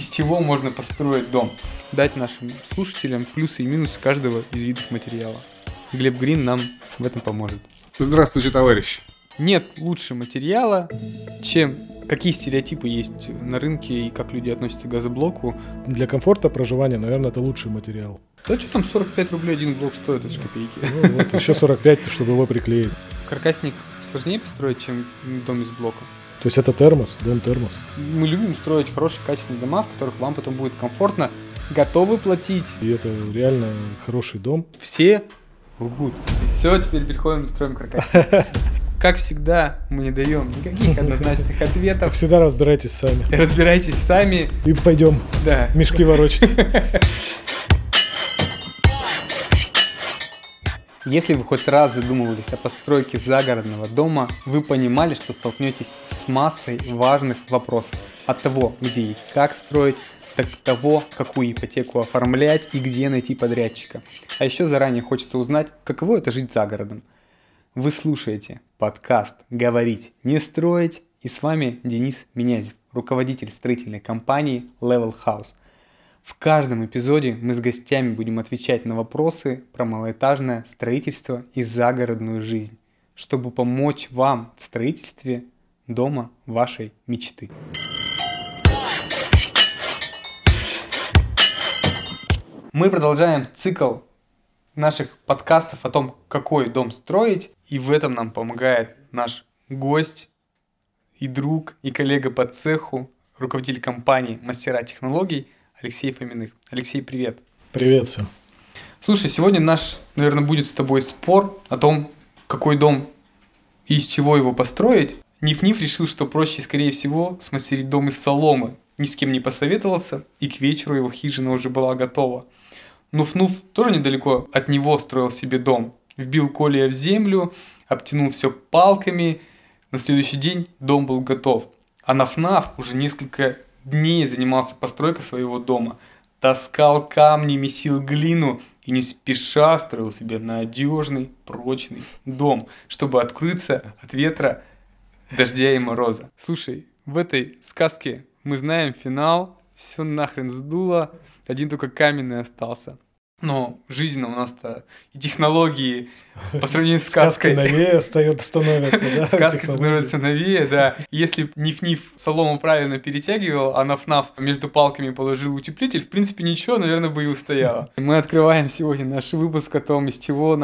из чего можно построить дом. Дать нашим слушателям плюсы и минусы каждого из видов материала. Глеб Грин нам в этом поможет. Здравствуйте, товарищи. Нет лучше материала, чем какие стереотипы есть на рынке и как люди относятся к газоблоку. Для комфорта проживания, наверное, это лучший материал. Да что там 45 рублей один блок стоит, это же копейки. Ну, вот еще 45, чтобы его приклеить. Каркасник сложнее построить, чем дом из блока. То есть это термос, дом-термос. Мы любим строить хорошие, качественные дома, в которых вам потом будет комфортно, готовы платить. И это реально хороший дом. Все лгут. Все, теперь переходим, строим каркасник. Как всегда, мы не даем никаких однозначных Как ответов. всегда, разбирайтесь сами. Разбирайтесь сами. И пойдем Да. мешки ворочать. Если вы хоть раз задумывались о постройке загородного дома, вы понимали, что столкнетесь с массой важных вопросов. От того, где и как строить, до того, какую ипотеку оформлять и где найти подрядчика. А еще заранее хочется узнать, каково это жить за городом. Вы слушаете подкаст «Говорить, не строить», и с вами Денис Минязев, руководитель строительной компании Level House. В каждом эпизоде мы с гостями будем отвечать на вопросы про малоэтажное строительство и загородную жизнь, чтобы помочь вам в строительстве дома вашей мечты. Мы продолжаем цикл наших подкастов о том, какой дом строить, и в этом нам помогает наш гость и друг, и коллега по цеху, руководитель компании «Мастера технологий» Алексей Фоминых. Алексей, привет. Привет всем. Слушай, сегодня наш, наверное, будет с тобой спор о том, какой дом и из чего его построить. Ниф-Ниф решил, что проще, скорее всего, смастерить дом из соломы. Ни с кем не посоветовался, и к вечеру его хижина уже была готова. Нуф-Нуф тоже недалеко от него строил себе дом. Вбил колья в землю, обтянул все палками. На следующий день дом был готов. А Наф-Наф уже несколько дней занимался постройкой своего дома. Таскал камни, месил глину и не спеша строил себе надежный, прочный дом, чтобы открыться от ветра, дождя и мороза. Слушай, в этой сказке мы знаем финал, все нахрен сдуло, один только каменный остался. Но жизненно у нас-то и технологии по сравнению с сказкой... Сказки новее становятся, да? Сказки становятся новее, да. Если Ниф-Ниф солому правильно перетягивал, а Наф-Наф между палками положил утеплитель, в принципе, ничего, наверное, бы и устояло. Мы открываем сегодня наш выпуск о том, из чего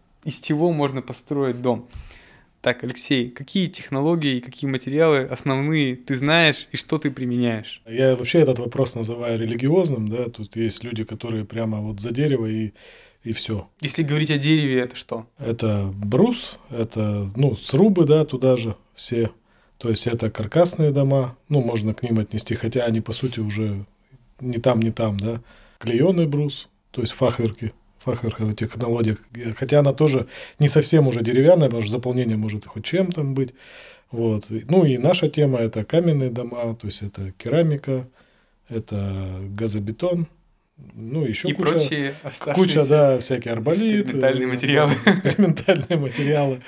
можно построить дом. Так, Алексей, какие технологии и какие материалы основные ты знаешь и что ты применяешь? Я вообще этот вопрос называю религиозным, да, тут есть люди, которые прямо вот за дерево и все. Если говорить о дереве, это что? Это брус, это, срубы, да, туда же все, то есть это каркасные дома, можно к ним отнести, хотя они, по сути, уже не там, да, клееный брус, то есть фахверковая технология, хотя она тоже не совсем уже деревянная, потому что заполнение может хоть чем там быть. Вот. Ну и наша тема – это каменные дома, то есть это керамика, это газобетон, еще и прочие куча, да, всякие арболит, экспериментальные материалы. Экспериментальные материалы.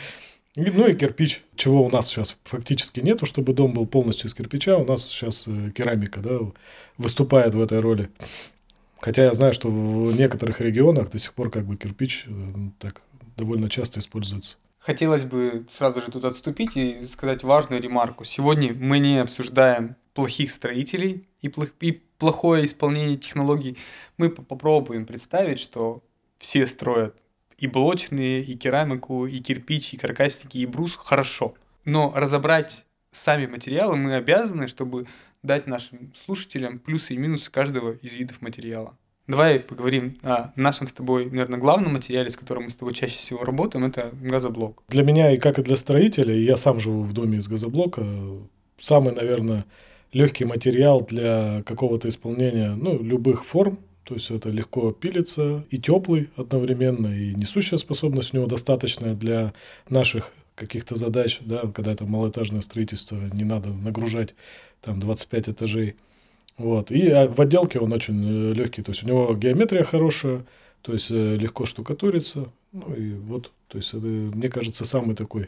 И кирпич, чего у нас сейчас фактически нету, чтобы дом был полностью из кирпича, у нас сейчас керамика, да, выступает в этой роли. Хотя я знаю, что в некоторых регионах до сих пор кирпич так довольно часто используется. Хотелось бы сразу же тут отступить и сказать важную ремарку. Сегодня мы не обсуждаем плохих строителей и плохое исполнение технологий. Мы попробуем представить, что все строят и блочные, и керамику, и кирпич, и каркасники, и брус хорошо. Но разобрать сами материалы мы обязаны, чтобы дать нашим слушателям плюсы и минусы каждого из видов материала. Давай поговорим о нашем с тобой, наверное, главном материале, с которым мы с тобой чаще всего работаем, это газоблок. Для меня, и как и для строителя, и я сам живу в доме из газоблока, самый, наверное, легкий материал для какого-то исполнения любых форм. То есть это легко пилится, и теплый одновременно, и несущая способность у него достаточная для наших каких-то задач, да, когда это малоэтажное строительство, не надо нагружать там 25 этажей. Вот. И в отделке он очень легкий, то есть у него геометрия хорошая, то есть легко штукатурится. То есть это, мне кажется, самый такой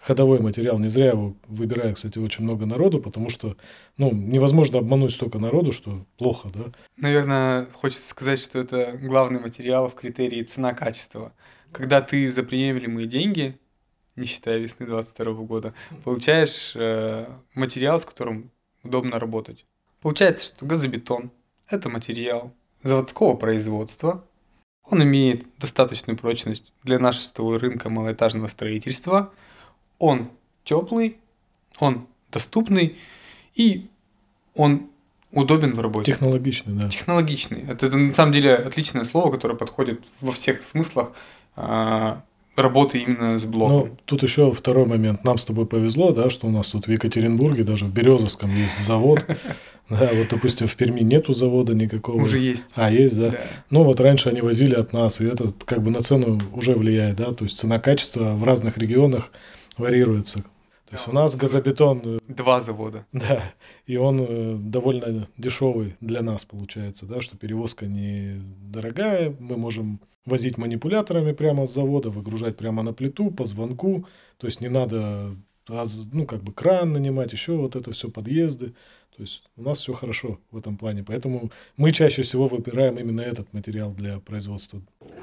ходовой материал. Не зря его выбирает, кстати, очень много народу, потому что невозможно обмануть столько народу, что плохо, да. Наверное, хочется сказать, что это главный материал в критерии цена-качество. Когда ты за приемлемые деньги, не считая весны 2022 года, получаешь материал, с которым удобно работать. Получается, что газобетон – это материал заводского производства. Он имеет достаточную прочность для нашего с тобой рынка малоэтажного строительства. Он теплый, он доступный и он удобен в работе. Технологичный, да. Технологичный. Это на самом деле отличное слово, которое подходит во всех смыслах работы именно с блоком. Ну, тут еще второй момент. Нам с тобой повезло, да, что у нас тут в Екатеринбурге, даже в Березовском есть завод. Да, вот, допустим, в Перми нету завода никакого. Уже есть. Есть, да. Ну, вот раньше они возили от нас, и это как бы на цену уже влияет, да, то есть цена-качество в разных регионах варьируется. То есть у нас газобетон... 2 завода. Да, и он довольно дешевый для нас получается, да, что перевозка не дорогая, мы можем возить манипуляторами прямо с завода, выгружать прямо на плиту, по звонку, то есть не надо, кран нанимать, еще вот это все подъезды. То есть у нас все хорошо в этом плане, поэтому мы чаще всего выбираем именно этот материал для производства.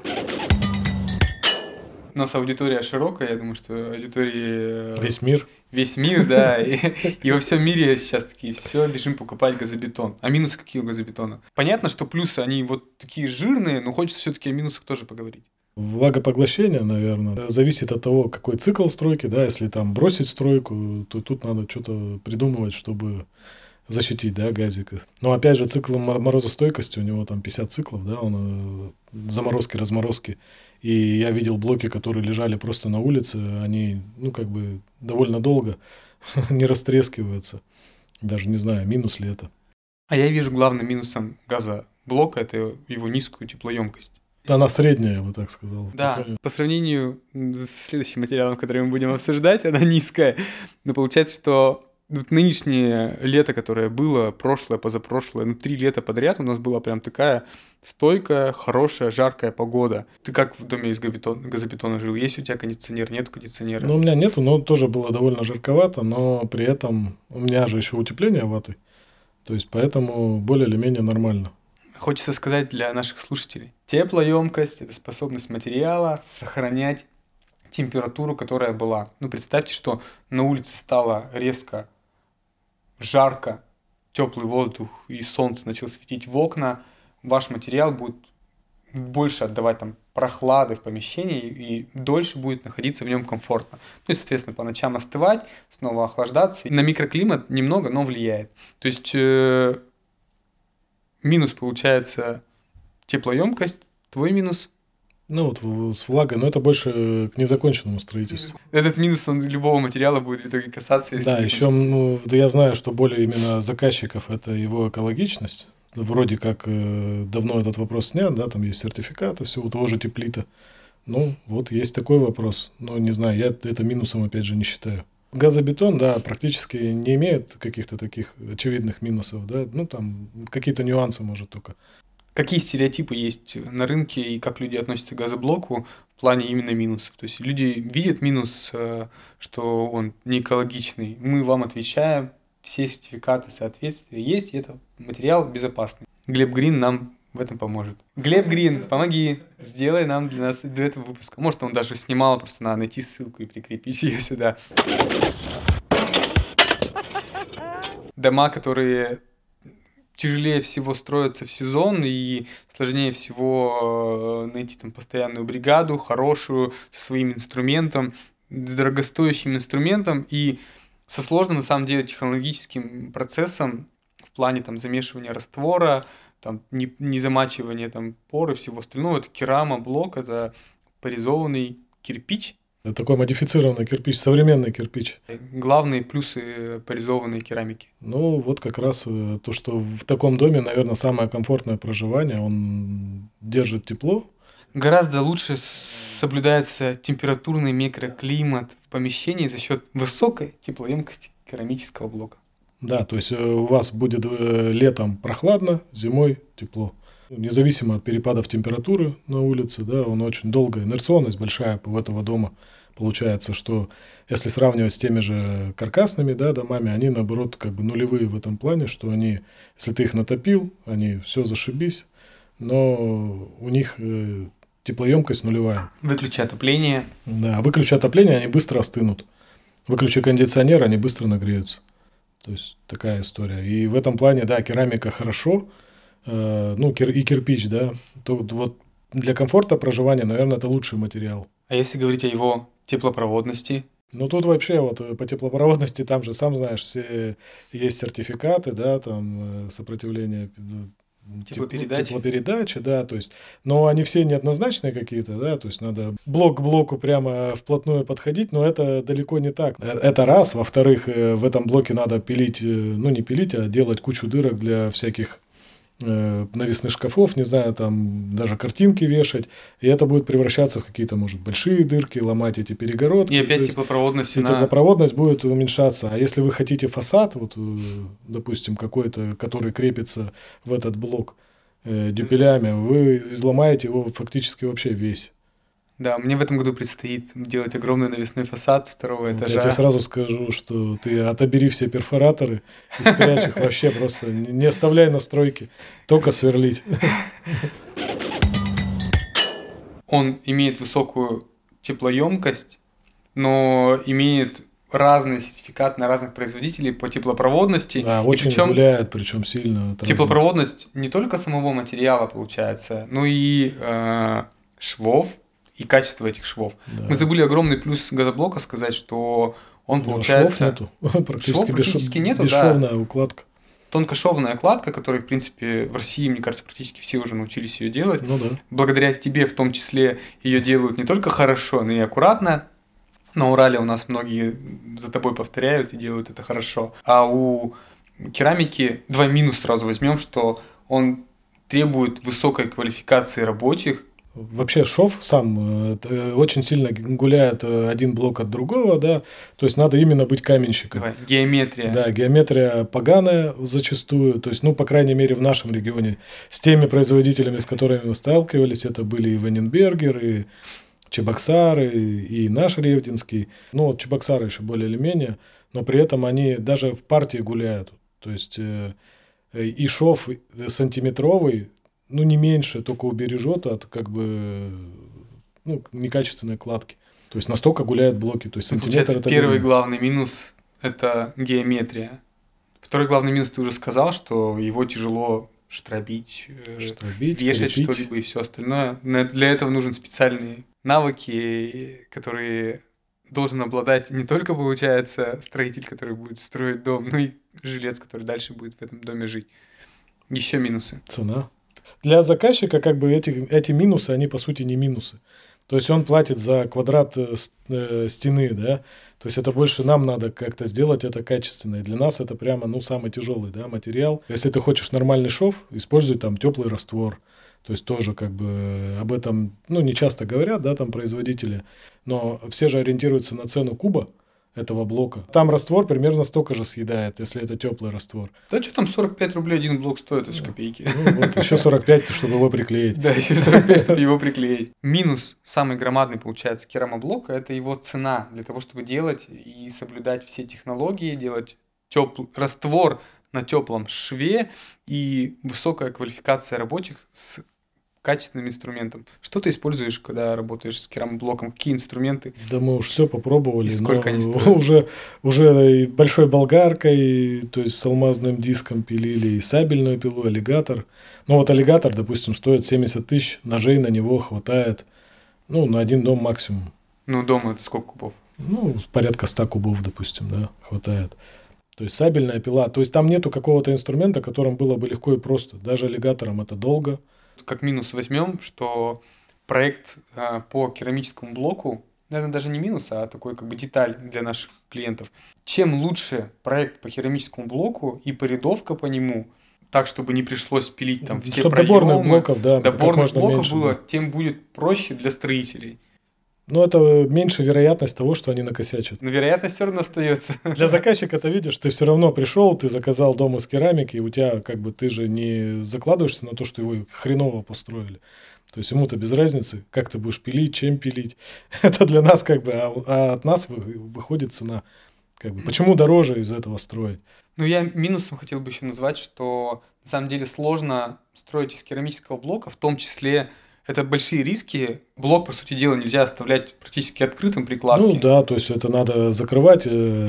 У нас аудитория широкая, я думаю, что аудитории... Весь мир. Весь мир, да, и во всем мире сейчас такие, все, бежим покупать газобетон. А минусы какие у газобетона? Понятно, что плюсы, они вот такие жирные, но хочется все-таки о минусах тоже поговорить. Влагопоглощение, наверное, зависит от того, какой цикл стройки, да, если там бросить стройку, то тут надо что-то придумывать, чтобы защитить, да, газик. Но опять же, цикл морозостойкости, у него там 50 циклов, да, он заморозки, разморозки. И я видел блоки, которые лежали просто на улице, они, довольно долго не растрескиваются. Даже не знаю, минус ли это. А я вижу главным минусом газоблока – это его низкую теплоемкость. Она средняя, я бы так сказал. Да, по сравнению с следующим материалом, который мы будем обсуждать, она низкая. Но получается, что вот нынешнее лето, которое было, прошлое, позапрошлое, 3 лета подряд у нас была прям такая стойкая, хорошая, жаркая погода. Ты как в доме из газобетона жил? Есть у тебя кондиционер? Нету кондиционера? Ну, у меня нету, но тоже было довольно жарковато, но при этом у меня же еще утепление ваты, то есть поэтому более или менее нормально. Хочется сказать для наших слушателей. Теплоемкость – это способность материала сохранять температуру, которая была. Представьте, что на улице стало резко жарко, теплый воздух и солнце начало светить в окна, ваш материал будет больше отдавать там прохлады в помещении и дольше будет находиться в нем комфортно. И, соответственно, по ночам остывать, снова охлаждаться. На микроклимат немного, но влияет. То есть минус получается теплоемкость, твой минус. С влагой, но это больше к незаконченному строительству. Этот минус, он любого материала будет в итоге касаться. Да, еще я знаю, что более именно заказчиков это его экологичность. Вроде как давно этот вопрос снят, да, там есть сертификаты, все у того же Теплита. Есть такой вопрос. Но не знаю, я это минусом опять же не считаю. Газобетон, да, практически не имеет каких-то таких очевидных минусов, да, там какие-то нюансы может только. Какие стереотипы есть на рынке и как люди относятся к газоблоку в плане именно минусов? То есть люди видят минус, что он не экологичный. Мы вам отвечаем, все сертификаты соответствия есть, и это материал безопасный. Глеб Грин нам в этом поможет. Глеб Грин, помоги, сделай нам для нас до этого выпуска. Может, он даже снимал, просто надо найти ссылку и прикрепить ее сюда. Дома, которые тяжелее всего строятся в сезон и сложнее всего найти там постоянную бригаду, хорошую, со своим инструментом, с дорогостоящим инструментом и со сложным, на самом деле, технологическим процессом в плане там замешивания раствора, там не замачивания там пор и всего остального. Это керамоблок, это порезованный кирпич. Это такой модифицированный кирпич, современный кирпич. Главные плюсы порезованной керамики. Как раз то, что в таком доме, наверное, самое комфортное проживание, он держит тепло. Гораздо лучше соблюдается температурный микроклимат в помещении за счет высокой теплоемкости керамического блока. Да, то есть у вас будет летом прохладно, зимой тепло. Независимо от перепадов температуры на улице, да, он очень долго, инерционность большая у этого дома, Получается, что если сравнивать с теми же каркасными, да, домами, они, наоборот, как бы нулевые в этом плане, что они, если ты их натопил, они все зашибись, но у них теплоемкость нулевая. Выключи отопление. Да, выключи отопление, они быстро остынут. Выключи кондиционер, они быстро нагреются. То есть такая история. И в этом плане, да, керамика хорошо, и кирпич, да, то вот для комфорта проживания, наверное, это лучший материал. А если говорить о его теплопроводности? Ну, тут вообще вот по теплопроводности, там же, сам знаешь, все есть сертификаты, да, там сопротивление теплопередачи, да, то есть, но они все неоднозначные какие-то, да, то есть надо блок к блоку прямо вплотную подходить, но это далеко не так. Это раз. Во-вторых, в этом блоке надо пилить, ну, не пилить, а делать кучу дырок для всяких навесных шкафов, не знаю, там даже картинки вешать, и это будет превращаться в какие-то, может, большие дырки, ломать эти перегородки. И опять теплопроводность. Теплопроводность будет уменьшаться. А если вы хотите фасад, вот, допустим, какой-то, который крепится в этот блок дюпелями, вы изломаете его фактически вообще весь. Да, мне в этом году предстоит делать огромный навесной фасад второго этажа. Я тебе сразу скажу, что ты отобери все перфораторы и спрячь их вообще, просто не оставляй на стройке, только сверлить. Он имеет высокую теплоемкость, но имеет разные сертификаты на разных производителей по теплопроводности. Да, очень гуляет, причем сильно. Теплопроводность не только самого материала получается, но и швов. И качество этих швов. Да. Мы забыли огромный плюс газоблока сказать, что он получается... Швов нету. Практически нету, бесшовная укладка. Тонкошовная кладка, которая, в принципе, в России, мне кажется, практически все уже научились ее делать. Ну да. Благодаря тебе, в том числе, ее делают не только хорошо, но и аккуратно. На Урале у нас многие за тобой повторяют и делают это хорошо. А у керамики два минус сразу возьмем, что он требует высокой квалификации рабочих. Вообще шов сам очень сильно гуляет один блок от другого, да, то есть надо именно быть каменщиком. Давай, геометрия. Да, геометрия поганая зачастую, то есть, ну, по крайней мере, в нашем регионе с теми производителями, с которыми мы сталкивались, это были и Вененбергер, и Чебоксары, и наш Ревдинский, ну, вот Чебоксары еще более или менее, но при этом они даже в партии гуляют, то есть и шов сантиметровый, ну, не меньше, только убережет от как бы некачественной кладки. То есть настолько гуляют блоки. То есть сантиметр это первый главный минус – это геометрия. Второй главный минус ты уже сказал, что его тяжело штробить, вешать что-либо и все остальное. Для этого нужны специальные навыки, которые должен обладать не только, получается, строитель, который будет строить дом, но и жилец, который дальше будет в этом доме жить. Еще минусы. Цена. Для заказчика как бы эти минусы, они по сути не минусы. То есть он платит за квадрат стены, да. То есть это больше нам надо как-то сделать это качественно. И для нас это прямо, ну, самый тяжелый, да, материал. Если ты хочешь нормальный шов, используй там теплый раствор. То есть тоже как бы об этом, ну, не часто говорят, да, там производители. Но все же ориентируются на цену куба этого блока. Там раствор примерно столько же съедает, если это теплый раствор. Да что там 45 рублей один блок стоит, это же копейки. Ну, вот, еще 45, чтобы его приклеить. Да, еще 45, чтобы его приклеить. Минус самый громадный, получается, керамоблока – это его цена. Для того, чтобы делать и соблюдать все технологии, делать раствор на теплом шве и высокая квалификация рабочих с качественным инструментом. Что ты используешь, когда работаешь с керамоблоком? Какие инструменты? Да мы уж все попробовали. И сколько они стоят? Уже и большой болгаркой, то есть с алмазным диском пилили, и сабельную пилу, аллигатор. Ну вот аллигатор, допустим, стоит 70 тысяч, ножей на него хватает, ну, на один дом максимум. Ну, дом это сколько кубов? Ну, порядка 100 кубов, допустим, да, хватает. То есть сабельная пила. То есть там нету какого-то инструмента, которым было бы легко и просто. Даже аллигатором это долго. Как минус возьмем, что проект по керамическому блоку, наверное, даже не минус, а такой как бы деталь для наших клиентов. Чем лучше проект по керамическому блоку и порядовка по нему, так, чтобы не пришлось пилить там все чтобы проемы, доборных блоков, да, доборных блоков меньше было, тем будет проще для строителей. Но это меньше вероятность того, что они накосячат. Но вероятность все равно остается. Для заказчика ты видишь, ты все равно пришел, ты заказал дом из керамики, и у тебя как бы ты же не закладываешься на то, что его хреново построили. То есть ему-то без разницы, как ты будешь пилить, чем пилить. Это для нас как бы, а от нас выходит цена. Как бы. Почему дороже из этого строить? Ну, я минусом хотел бы еще назвать, что на самом деле сложно строить из керамического блока, в том числе это большие риски. Блок, по сути дела, нельзя оставлять практически открытым при кладке. Ну да, то есть это надо закрывать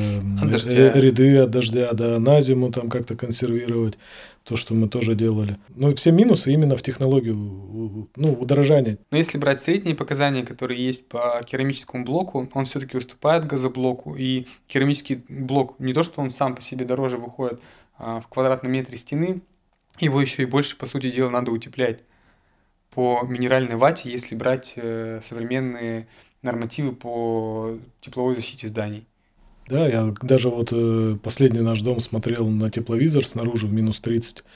ряды от дождя, да, на зиму там как-то консервировать, то, что мы тоже делали. Ну и все минусы именно в технологию, ну, удорожания. Но если брать средние показания, которые есть по керамическому блоку, он все-таки уступает газоблоку, и керамический блок не то, что он сам по себе дороже выходит в квадратном метре стены, его еще и больше, по сути дела, надо утеплять по минеральной вате, если брать современные нормативы по тепловой защите зданий. Да, я даже вот последний наш дом смотрел на тепловизор снаружи в минус 30,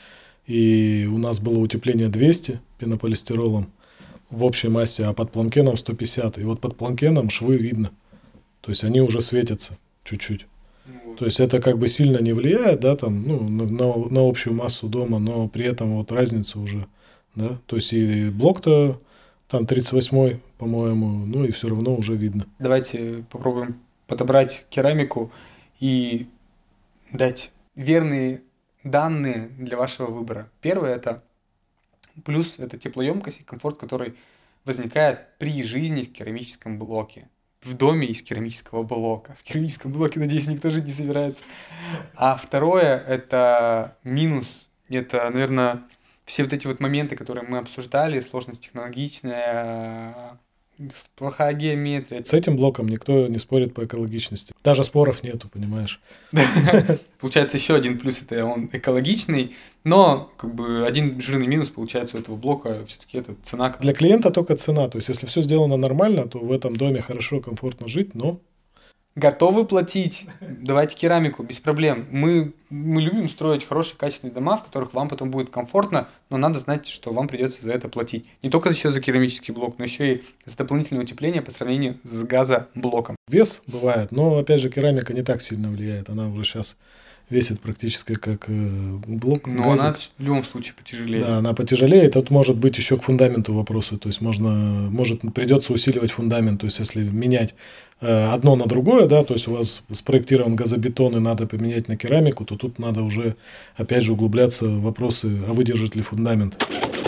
и у нас было утепление 200 пенополистиролом в общей массе, а под планкеном 150. И вот под планкеном швы видно, то есть они уже светятся чуть-чуть. То есть это как бы сильно не влияет, да, там, ну, на общую массу дома, но при этом вот разница уже. Да? То есть и блок-то там 38-й, по-моему, ну и все равно уже видно. Давайте попробуем подобрать керамику и дать верные данные для вашего выбора. Первое – это плюс, это теплоемкость и комфорт, который возникает при жизни в керамическом блоке. В доме из керамического блока. В керамическом блоке, надеюсь, никто жить не собирается. А второе – это минус. Это, наверное, все вот эти вот моменты, которые мы обсуждали, сложность технологичная, плохая геометрия. С этим блоком никто не спорит по экологичности. Даже споров нету, понимаешь. Получается, еще один плюс – это он экологичный, но как бы один жирный минус получается у этого блока все-таки это цена. Для клиента только цена. То есть, если все сделано нормально, то в этом доме хорошо, комфортно жить, но... Готовы платить? Давайте керамику, без проблем. Мы любим строить хорошие, качественные дома, в которых вам потом будет комфортно, но надо знать, что вам придется за это платить. Не только еще за керамический блок, но еще и за дополнительное утепление по сравнению с газоблоком. Вес бывает, но опять же керамика не так сильно влияет. Она уже сейчас весит практически как блок. Но газик. она в любом случае потяжелее. Да, она потяжелее. Тут может быть еще к фундаменту вопросы. То есть придется усиливать фундамент. То есть если менять одно на другое, да, то есть у вас спроектирован газобетон и надо поменять на керамику, то тут надо уже опять же углубляться в вопросы, а выдержит ли фундамент.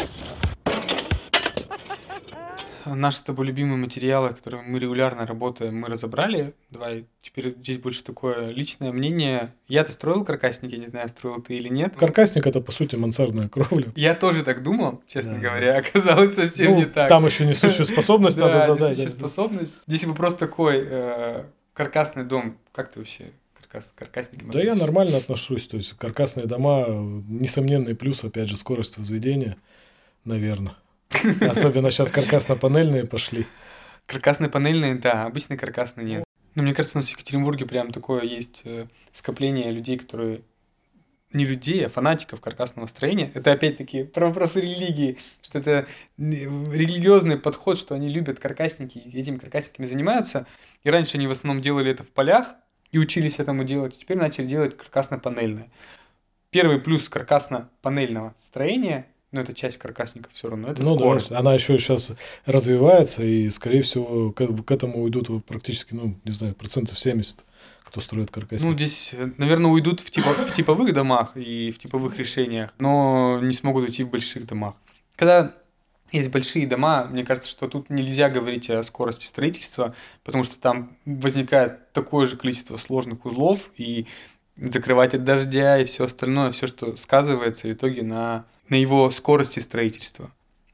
Наши с тобой любимые материалы, которые мы регулярно работаем, мы разобрали. Давай, теперь здесь больше такое личное мнение. Я-то строил каркасник, я не знаю, строил ты или нет. Каркасник – это, по сути, мансардная кровля. Я тоже так думал, честно говоря, оказалось совсем не так. Там еще несущую способность надо задать. Несущая способность. Здесь вопрос такой, каркасный дом, как ты вообще каркасник? Да я нормально отношусь, то есть каркасные дома, несомненный плюс, опять же, скорость возведения, наверное. Особенно сейчас каркасно-панельные пошли. Каркасно-панельные, да, обычные каркасные нет. Но мне кажется, у нас в Екатеринбурге прям такое есть скопление людей, которые... Не людей, а фанатиков каркасного строения. Это опять-таки про вопросы религии, что это религиозный подход, что они любят каркасники и этими каркасниками занимаются. И раньше они в основном делали это в полях и учились этому делать. И теперь начали делать каркасно-панельное. Первый плюс каркасно-панельного строения, но это часть каркасников все равно, это скорость. Да, она еще сейчас развивается, и, скорее всего, к этому уйдут практически, не знаю, 70%, кто строит каркасники. Здесь, наверное, уйдут в типовых домах и в типовых решениях, но не смогут уйти в больших домах. Когда есть большие дома, мне кажется, что тут нельзя говорить о скорости строительства, потому что там возникает такое же количество сложных узлов, и закрывать от дождя и все остальное, все, что сказывается в итоге на его скорости строительства.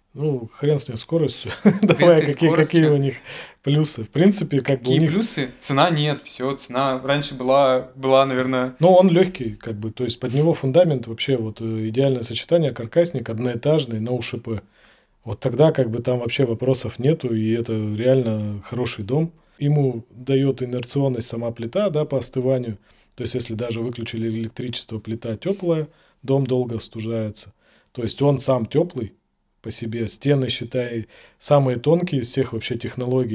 Хрен с ней скоростью. Давай, какие у них плюсы. В принципе, как бы у них... плюсы? Цена нет, все, цена раньше была, наверное... Он легкий, как бы, то есть под него фундамент вообще вот идеальное сочетание, каркасник одноэтажный на УШП. Вот тогда как бы там вообще вопросов нету, и это реально хороший дом. Ему дает инерционность сама плита, да, по остыванию. То есть если даже выключили электричество, плита теплая, дом долго остужается. То есть он сам теплый по себе. Стены, считай, самые тонкие из всех вообще технологий.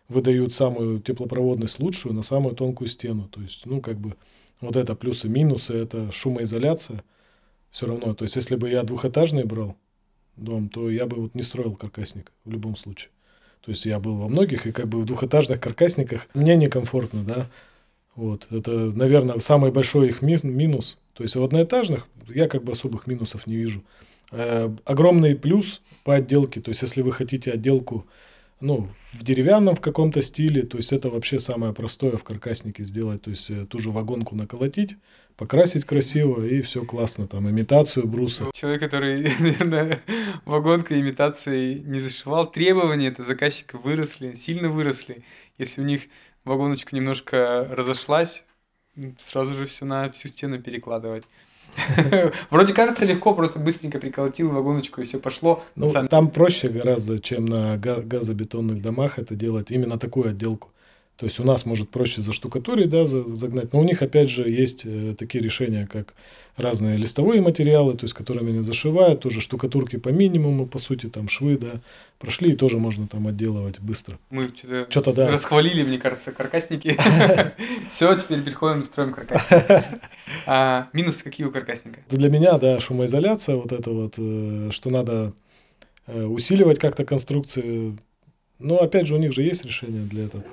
выдают самую теплопроводность лучшую на самую тонкую стену. То есть, ну, как бы, вот это плюсы, минусы, это шумоизоляция. Все равно, то есть, если бы я двухэтажный брал дом, то я бы вот не строил каркасник в любом случае. То есть, я был во многих, и как бы в двухэтажных каркасниках мне некомфортно, да. Вот, это, наверное, самый большой их минус. То есть, в одноэтажных я как бы особых минусов не вижу. Огромный плюс по отделке, то есть, если вы хотите отделку, ну, в деревянном в каком-то стиле, то есть, это вообще самое простое в каркаснике сделать, то есть, ту же вагонку наколотить, покрасить красиво, и все классно, там, имитацию бруса. Человек, который, наверное, вагонкой имитацией не зашивал, требования это заказчика выросли, сильно выросли. Если у них вагоночка немножко разошлась, сразу же все на всю стену перекладывать. Вроде кажется легко, просто быстренько приколотил вагоночку и все пошло. Ну, там проще гораздо, чем на газобетонных домах это делать, именно такую отделку. То есть у нас может проще заштукатурить, да, загнать, но у них опять же есть такие решения, как разные листовые материалы, то есть которыми они зашивают, тоже штукатурки по минимуму, по сути, там швы, да, прошли, и тоже можно там отделывать быстро. Мы что-то да. Расхвалили, мне кажется, каркасники. Все, теперь переходим, строим каркасники. Минусы какие у каркасника? Для меня, да, шумоизоляция, вот это вот, что надо усиливать как-то конструкции. Но опять же, у них же есть решение для этого.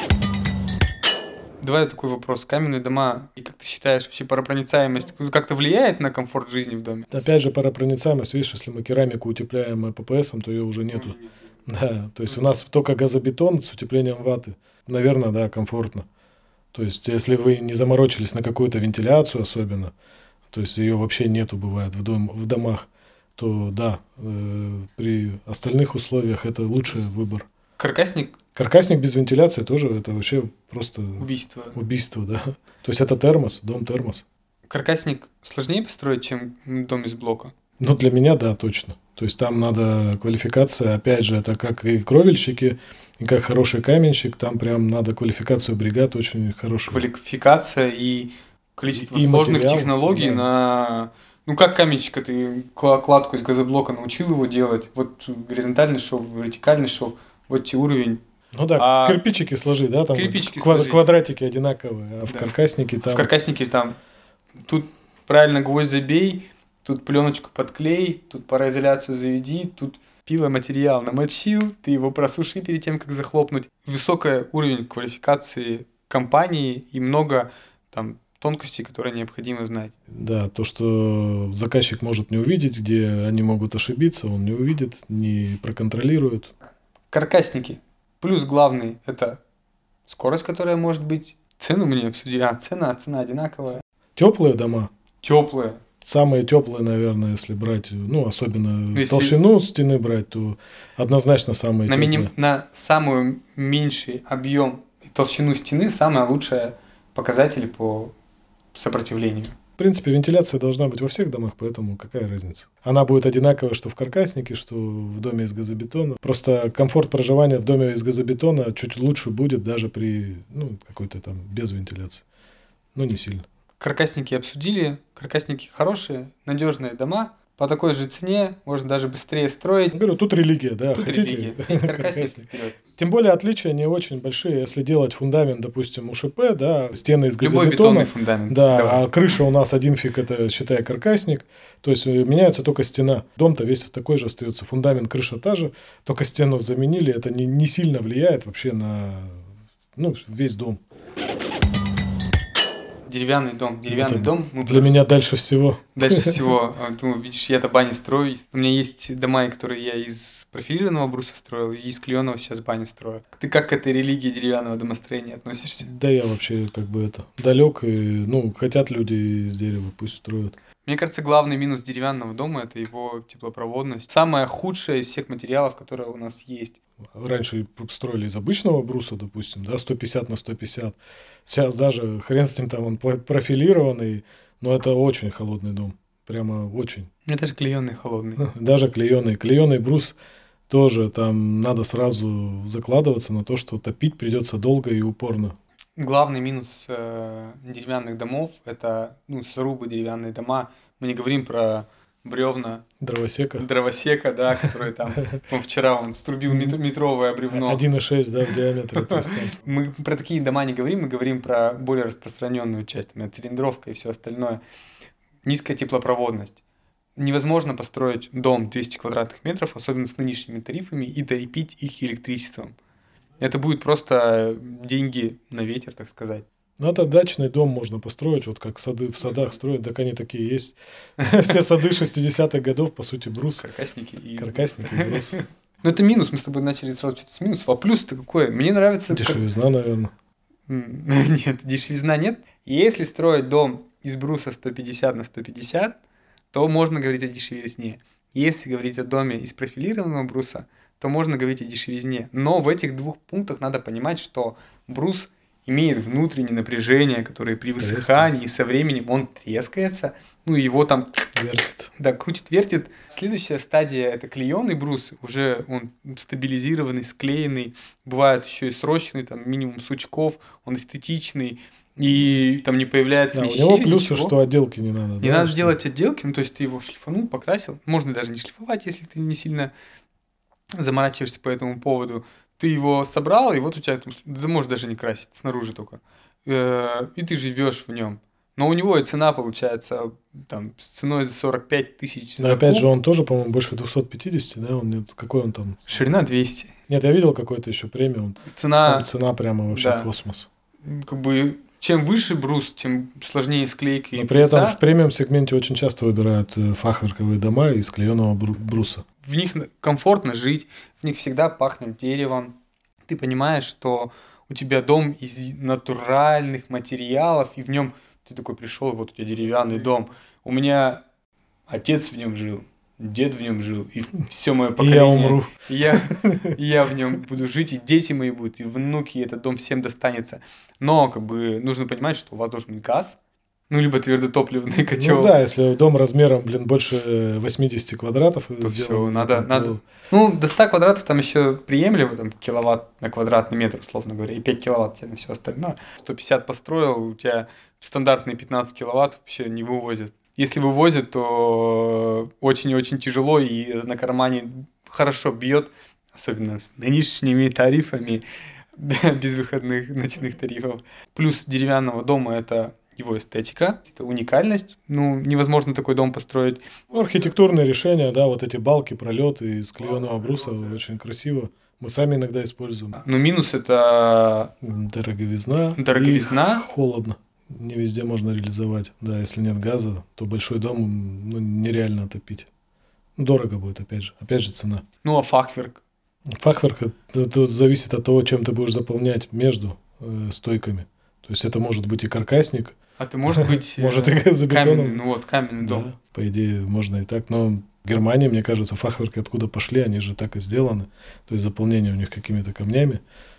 Давай такой вопрос. Каменные дома, и как ты считаешь, вообще паропроницаемость как-то влияет на комфорт жизни в доме? Опять же, паропроницаемость, видишь, если мы керамику утепляем ППСом, то ее уже нету. Да, то есть у нас только газобетон с утеплением ваты. Наверное, да, комфортно. То есть если вы не заморочились на какую-то вентиляцию особенно, то есть ее вообще нету, бывает, в домах, то да, при остальных условиях это лучший выбор. Каркасник без вентиляции тоже это вообще просто убийство, да. То есть это термос, дом-термос. Каркасник сложнее построить, чем дом из блока? Ну, для меня, да, точно. То есть там надо квалификация, опять же, это как и кровельщики, и как хороший каменщик, там прям надо квалификацию бригад очень хорошую. Квалификация и количество сложных материал, технологий, да. На... Ну, как каменщика, ты кладку из газоблока научил его делать, вот горизонтальный шов, вертикальный шов, вот тебе уровень. Ну да, кирпичики сложи, да, там квадратики одинаковые, а в каркаснике там... В каркаснике там, тут правильно гвоздь забей, тут пленочку подклей, тут пароизоляцию заведи, тут пиломатериал намочил, ты его просуши перед тем, как захлопнуть. Высокий уровень квалификации компании и много там тонкостей, которые необходимо знать. Да, то, что заказчик может не увидеть, где они могут ошибиться, он не увидит, не проконтролирует. Каркасники. Плюс главный – это скорость, которая может быть. Цену мне обсудили. Цена одинаковая. Теплые дома? Теплые. Самые теплые, наверное, если брать, ну, особенно толщину стены брать, то однозначно самые теплые. На самый меньший объем и толщину стены самый лучший показатель по сопротивлению. В принципе, вентиляция должна быть во всех домах, поэтому какая разница? Она будет одинаковая, что в каркаснике, что в доме из газобетона. Просто комфорт проживания в доме из газобетона чуть лучше будет даже при, ну, какой-то там без вентиляции. Но не сильно. Каркасники обсудили. Каркасники хорошие, надежные дома. По такой же цене можно даже быстрее строить. Говорю, тут религия, да. Тут хотите? Каркасник. Тем более отличия не очень большие. Если делать фундамент, допустим, УШП, да, стены из газобетона. Любой бетонный фундамент. Да, давай. А крыша у нас один фиг, это, считай, каркасник. То есть меняется только стена. Дом-то весь такой же остается. Фундамент, крыша та же. Только стену заменили. Это не сильно влияет вообще на весь дом. Деревянный дом. Для меня дальше всего. Дальше всего. Ну, видишь, я-то бани строю. У меня есть дома, которые я из профилированного бруса строил, и из клееного сейчас бани строю. Ты как к этой религии деревянного домостроения относишься? Да я вообще как бы далек, и хотят люди из дерева, пусть строят. Мне кажется, главный минус деревянного дома – это его теплопроводность. Самая худшая из всех материалов, которые у нас есть. Раньше строили из обычного бруса, допустим, да, 150 на 150. Сейчас даже хрен с ним там он профилированный, но это очень холодный дом. Прямо очень. Это же клееный холодный. Даже клееный. Клееный брус тоже там надо сразу закладываться на то, что топить придется долго и упорно. Главный минус деревянных домов – это срубы, деревянные дома. Мы не говорим про бревна. Дровосека, да, который там, вчера он струбил метровое бревно. 1,6, да, в диаметре. Мы про такие дома не говорим, мы говорим про более распространенную часть, цилиндровка и все остальное. Низкая теплопроводность. Невозможно построить дом 200 квадратных метров, особенно с нынешними тарифами, и дорепить их электричеством. Это будет просто деньги на ветер, так сказать. Ну, это дачный дом можно построить, вот как сады в садах строят, так они такие есть. Все сады 60-х годов, по сути, брус. Каркасники и брус. Ну, это минус, мы с тобой начали сразу что-то с минусов, а плюс-то какой? Мне нравится... Дешевизна, наверное. Нет, дешевизна нет. Если строить дом из бруса 150 на 150, то можно говорить о дешевизне. Если говорить о доме из профилированного бруса, то можно говорить о дешевизне. Но в этих двух пунктах надо понимать, что брус имеет внутреннее напряжение, которое при высыхании со временем он трескается, ну его там вертит. Да, крутит, вертит. Следующая стадия – это клееный брус, уже он стабилизированный, склеенный, бывает еще и срощенный, там минимум сучков, он эстетичный, и там не появляется ни щели, у него плюсы, ничего. Что отделки не надо. Не надо делать отделки, ну то есть ты его шлифанул, покрасил, можно даже не шлифовать, если ты не сильно заморачиваешься по этому поводу. Ты его собрал, и вот у тебя там, ты можешь даже не красить, снаружи только. И ты живешь в нем. Но у него и цена получается там с ценой за 45 тысяч. Но опять же, он тоже, по-моему, больше 250, да? Какой он там? Ширина 200. Нет, я видел какой-то еще премиум. Цена прямо вообще космос. Как бы чем выше брус, тем сложнее склейка. Но при этом в премиум-сегменте очень часто выбирают фахверковые дома из клееного бруса. В них комфортно жить, в них всегда пахнет деревом. Ты понимаешь, что у тебя дом из натуральных материалов, и в нем ты такой пришел, вот у тебя деревянный дом. У меня отец в нем жил, дед в нем жил, и все мое поколение. И я умру. И я в нем буду жить, и дети мои будут, и внуки, и этот дом всем достанется. Но как бы нужно понимать, что у вас должен быть газ, ну, либо твердотопливный котел. Ну да, если дом размером, больше 80 квадратов то все, надо. Ну, до 100 квадратов там еще приемлемо, там киловатт на квадратный метр, условно говоря, и 5 киловатт тебе на все остальное. 150 построил, у тебя стандартные 15 киловатт вообще не вывозят. Если вывозят, то очень-очень тяжело и на кармане хорошо бьет, особенно с нынешними тарифами, без выходных ночных тарифов. Плюс деревянного дома – это его эстетика, это уникальность. Ну, невозможно такой дом построить. Архитектурные решения, да, вот эти балки, пролеты из клееного бруса, очень красиво. Мы сами иногда используем. Но минус – это дороговизна. И холодно. Не везде можно реализовать. Да, если нет газа, то большой дом нереально отопить. Дорого будет, опять же цена. Ну, а фахверк? Фахверк тут зависит от того, чем ты будешь заполнять между стойками. То есть это может быть и каркасник. А ты может быть может и за бетоном. Каменный дом. Да, по идее, можно и так. Но в Германии, мне кажется, фахверки откуда пошли, они же так и сделаны. То есть заполнение у них какими-то камнями.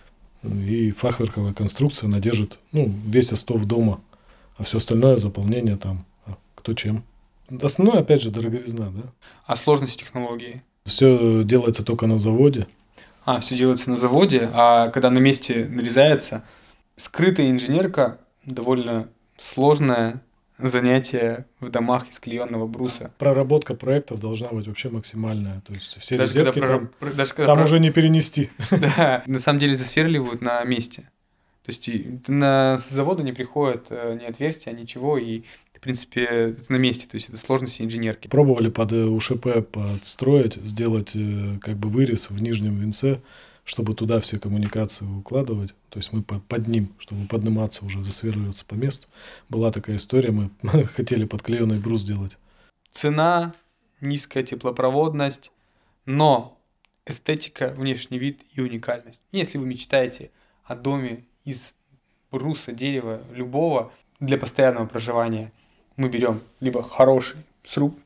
И фахверковая конструкция надержит весь остов дома. А все остальное заполнение там кто чем. Основное, опять же, дороговизна, да. А сложность технологии? Все делается только на заводе. Все делается на заводе, а когда на месте нарезается, скрытая инженерка довольно сложное занятие в домах из клееного бруса. Проработка проектов должна быть вообще максимальная. То есть все даже розетки там уже не перенести. Да, на самом деле засверливают на месте. То есть на заводу не приходят ни отверстия, ничего, и в принципе это на месте. То есть это сложности инженерки. Пробовали под УШП подстроить, сделать как бы вырез в нижнем венце, чтобы туда все коммуникации укладывать. То есть мы под ним, чтобы подниматься уже, засверливаться по месту. Была такая история, мы хотели подклеенный брус сделать. Цена, низкая теплопроводность, но эстетика, внешний вид и уникальность. Если вы мечтаете о доме из бруса, дерева, любого, для постоянного проживания, мы берем либо хороший сруб,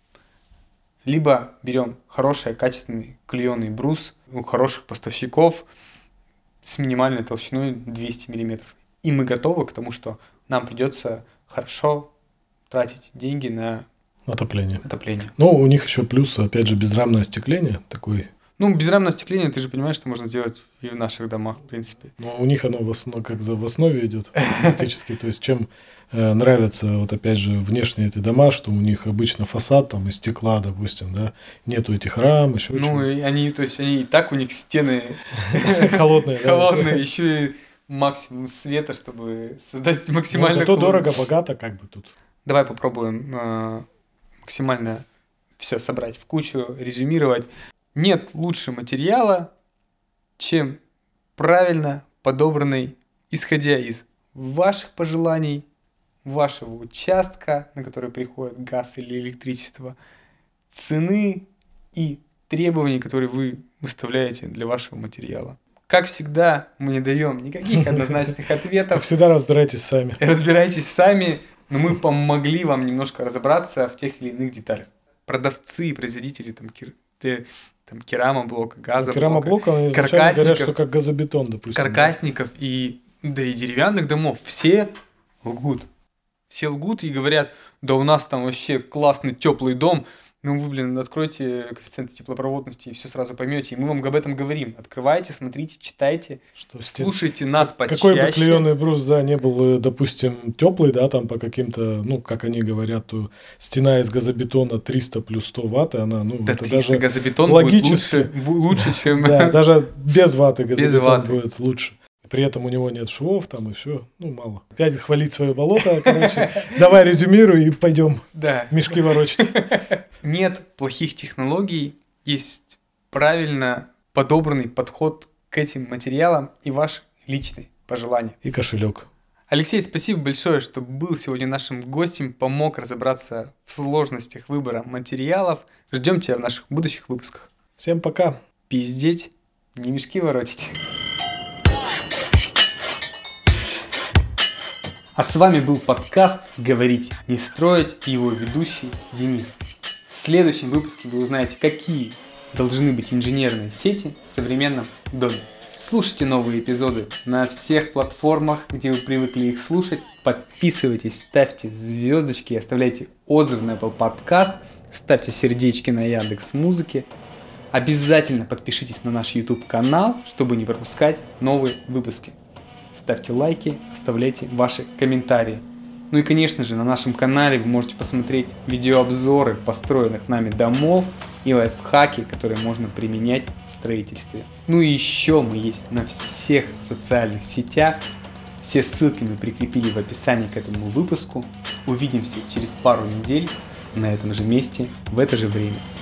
либо берем хороший, качественный клееный брус у хороших поставщиков с минимальной толщиной 200 мм. И мы готовы к тому, что нам придется хорошо тратить деньги на отопление. отопление. Но у них еще плюс, опять же, безрамное остекление такой. Ну, безрамное остекление, ты же понимаешь, что можно сделать и в наших домах, в принципе. Но у них оно в основе идет фактически. То есть, чем нравятся, вот опять же, внешние эти дома, что у них обычно фасад там из стекла, допустим, да, нету этих рам, еще Ну, чего-то. и они и так у них стены Холодные, да. холодные, еще и максимум света, чтобы создать максимально... Зато дорого, богато, как бы тут. Давай попробуем максимально все собрать в кучу, резюмировать. Нет лучше материала, чем правильно подобранный, исходя из ваших пожеланий, вашего участка, на который приходит газ или электричество, цены и требований, которые вы выставляете для вашего материала. Как всегда, мы не даем никаких однозначных Как ответов. всегда, разбирайтесь сами. Разбирайтесь сами, но мы помогли вам немножко разобраться в тех или иных деталях. Продавцы, производители керамоблока, газоблока, Керамоблок, они изначально каркасников, говорят, что как газобетон, допустим. каркасников и деревянных домов. Все лгут. Все лгут и говорят, да у нас там вообще классный теплый дом. Ну вы, откройте коэффициенты теплопроводности и все сразу поймете. И мы вам об этом говорим. Открывайте, смотрите, читайте, Что слушайте нас почаще. Какой бы клееный брус, да, не был, допустим, теплый, да, там по каким-то, ну, как они говорят, то стена из газобетона 300 плюс 100 ватт, она, ну, Да, это 300 даже газобетон логически будет лучше, чем... Да, даже без ваты Без газобетон ваты. будет лучше. При этом у него нет швов там и все, ну, мало. Опять хвалить свое болото, короче. Давай резюмируй и пойдем Да. мешки ворочать. Нет плохих технологий, есть правильно подобранный подход к этим материалам и ваш личный пожелания. И кошелек. Алексей, спасибо большое, что был сегодня нашим гостем, помог разобраться в сложностях выбора материалов. Ждем тебя в наших будущих выпусках. Всем пока. Пиздеть, не мешки ворочать. А с вами был подкаст «Говорить, не строить» и его ведущий Денис. В следующем выпуске вы узнаете, какие должны быть инженерные сети в современном доме. Слушайте новые эпизоды на всех платформах, где вы привыкли их слушать. Подписывайтесь, ставьте звездочки, оставляйте отзывы на Apple Podcast, ставьте сердечки на Яндекс.Музыке. Обязательно подпишитесь на наш YouTube канал, чтобы не пропускать новые выпуски. Ставьте лайки, оставляйте ваши комментарии. Ну и, конечно же, на нашем канале вы можете посмотреть видеообзоры построенных нами домов и лайфхаки, которые можно применять в строительстве. Ну и еще мы есть на всех социальных сетях. Все ссылки мы прикрепили в описании к этому выпуску. Увидимся через пару недель на этом же месте в это же время.